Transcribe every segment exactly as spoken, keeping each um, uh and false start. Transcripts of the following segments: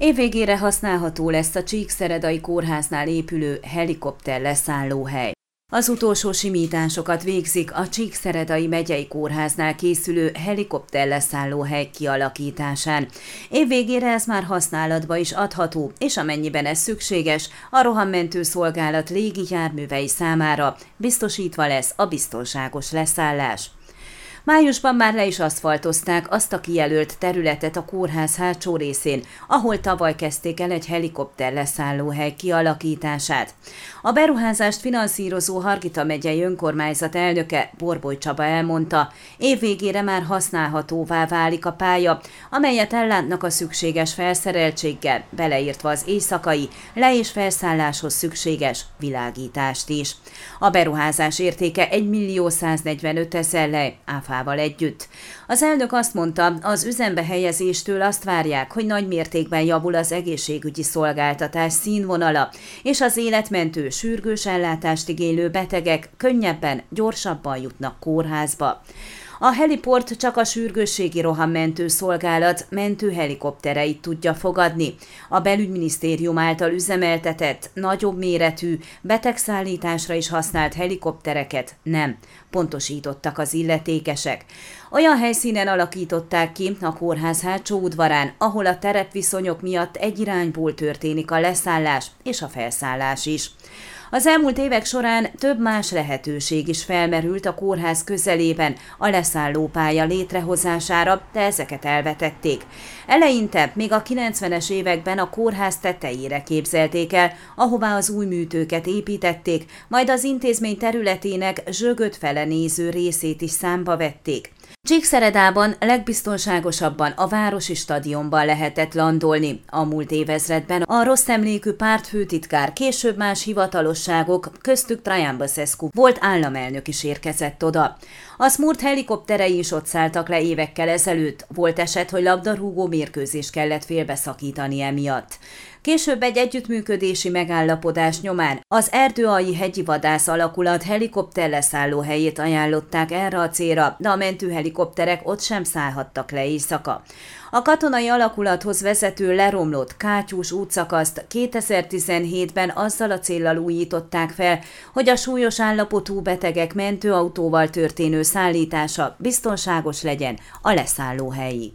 Évvégére használható lesz a Csíkszeredai kórháznál épülő helikopter leszállóhely. Az utolsó simításokat végzik a Csíkszeredai megyei kórháznál készülő helikopter leszállóhely kialakításán. Évvégére ez már használatba is adható, és amennyiben ez szükséges, a rohammentő szolgálat légi járművei számára biztosítva lesz a biztonságos leszállás. Májusban már le is aszfaltozták azt a kijelölt területet a kórház hátsó részén, ahol tavaly kezdték el egy helikopter leszállóhely kialakítását. A beruházást finanszírozó Hargita megyei önkormányzat elnöke, Borboly Csaba elmondta, évvégére már használhatóvá válik a pálya, amelyet ellátnak a szükséges felszereltséggel, beleértva az éjszakai le- és felszálláshoz szükséges világítást is. A beruházás értéke egymillió száznegyvenötezer lej áfával együtt. Az elnök azt mondta, az üzembe helyezéstől azt várják, hogy nagy mértékben javul az egészségügyi szolgáltatás színvonala, és az életmentő, sürgős ellátást igénylő betegek könnyebben, gyorsabban jutnak kórházba. A heliport csak a sürgősségi rohammentő szolgálat mentőhelikoptereit tudja fogadni. A belügyminisztérium által üzemeltetett, nagyobb méretű, betegszállításra is használt helikoptereket nem, pontosítottak az illetékesek. Olyan helyszínen alakították ki, a kórház hátsó udvarán, ahol a terepviszonyok miatt egy irányból történik a leszállás és a felszállás is. Az elmúlt évek során több más lehetőség is felmerült a kórház közelében a leszállópálya létrehozására, de ezeket elvetették. Eleinte, még a kilencvenes években a kórház tetejére képzelték el, ahová az új műtőket építették, majd az intézmény területének zsögöt fele néző részét is számba vették. Csíkszeredában legbiztonságosabban a városi stadionban lehetett landolni. A múlt évezredben a rossz emlékű pártfőtitkár, később más hivatalosságok, köztük Traian Băsescu volt államelnök is érkezett oda. A Smurt helikopterei is ott szálltak le évekkel ezelőtt. Volt eset, hogy labdarúgó mérkőzést kellett félbeszakítani emiatt. Később egy együttműködési megállapodás nyomán az Erdőalji hegyi vadász alakulat helikopter leszállóhelyét ajánlották erre a célra, de a mentőhelikopterek ott sem szállhattak le éjszaka. A katonai alakulathoz vezető leromlott kátyús útszakaszt kétezer-tizenhétben azzal a céllal újították fel, hogy a súlyos állapotú betegek mentőautóval történő szállítása biztonságos legyen a leszállóhelyig.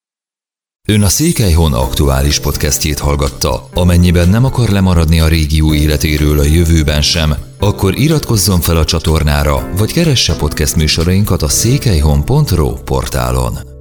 Ön a Székelyhon aktuális podcastjét hallgatta. Amennyiben nem akar lemaradni a régió életéről a jövőben sem, akkor iratkozzon fel a csatornára, vagy keresse podcast műsorainkat a székelyhon pont ro portálon.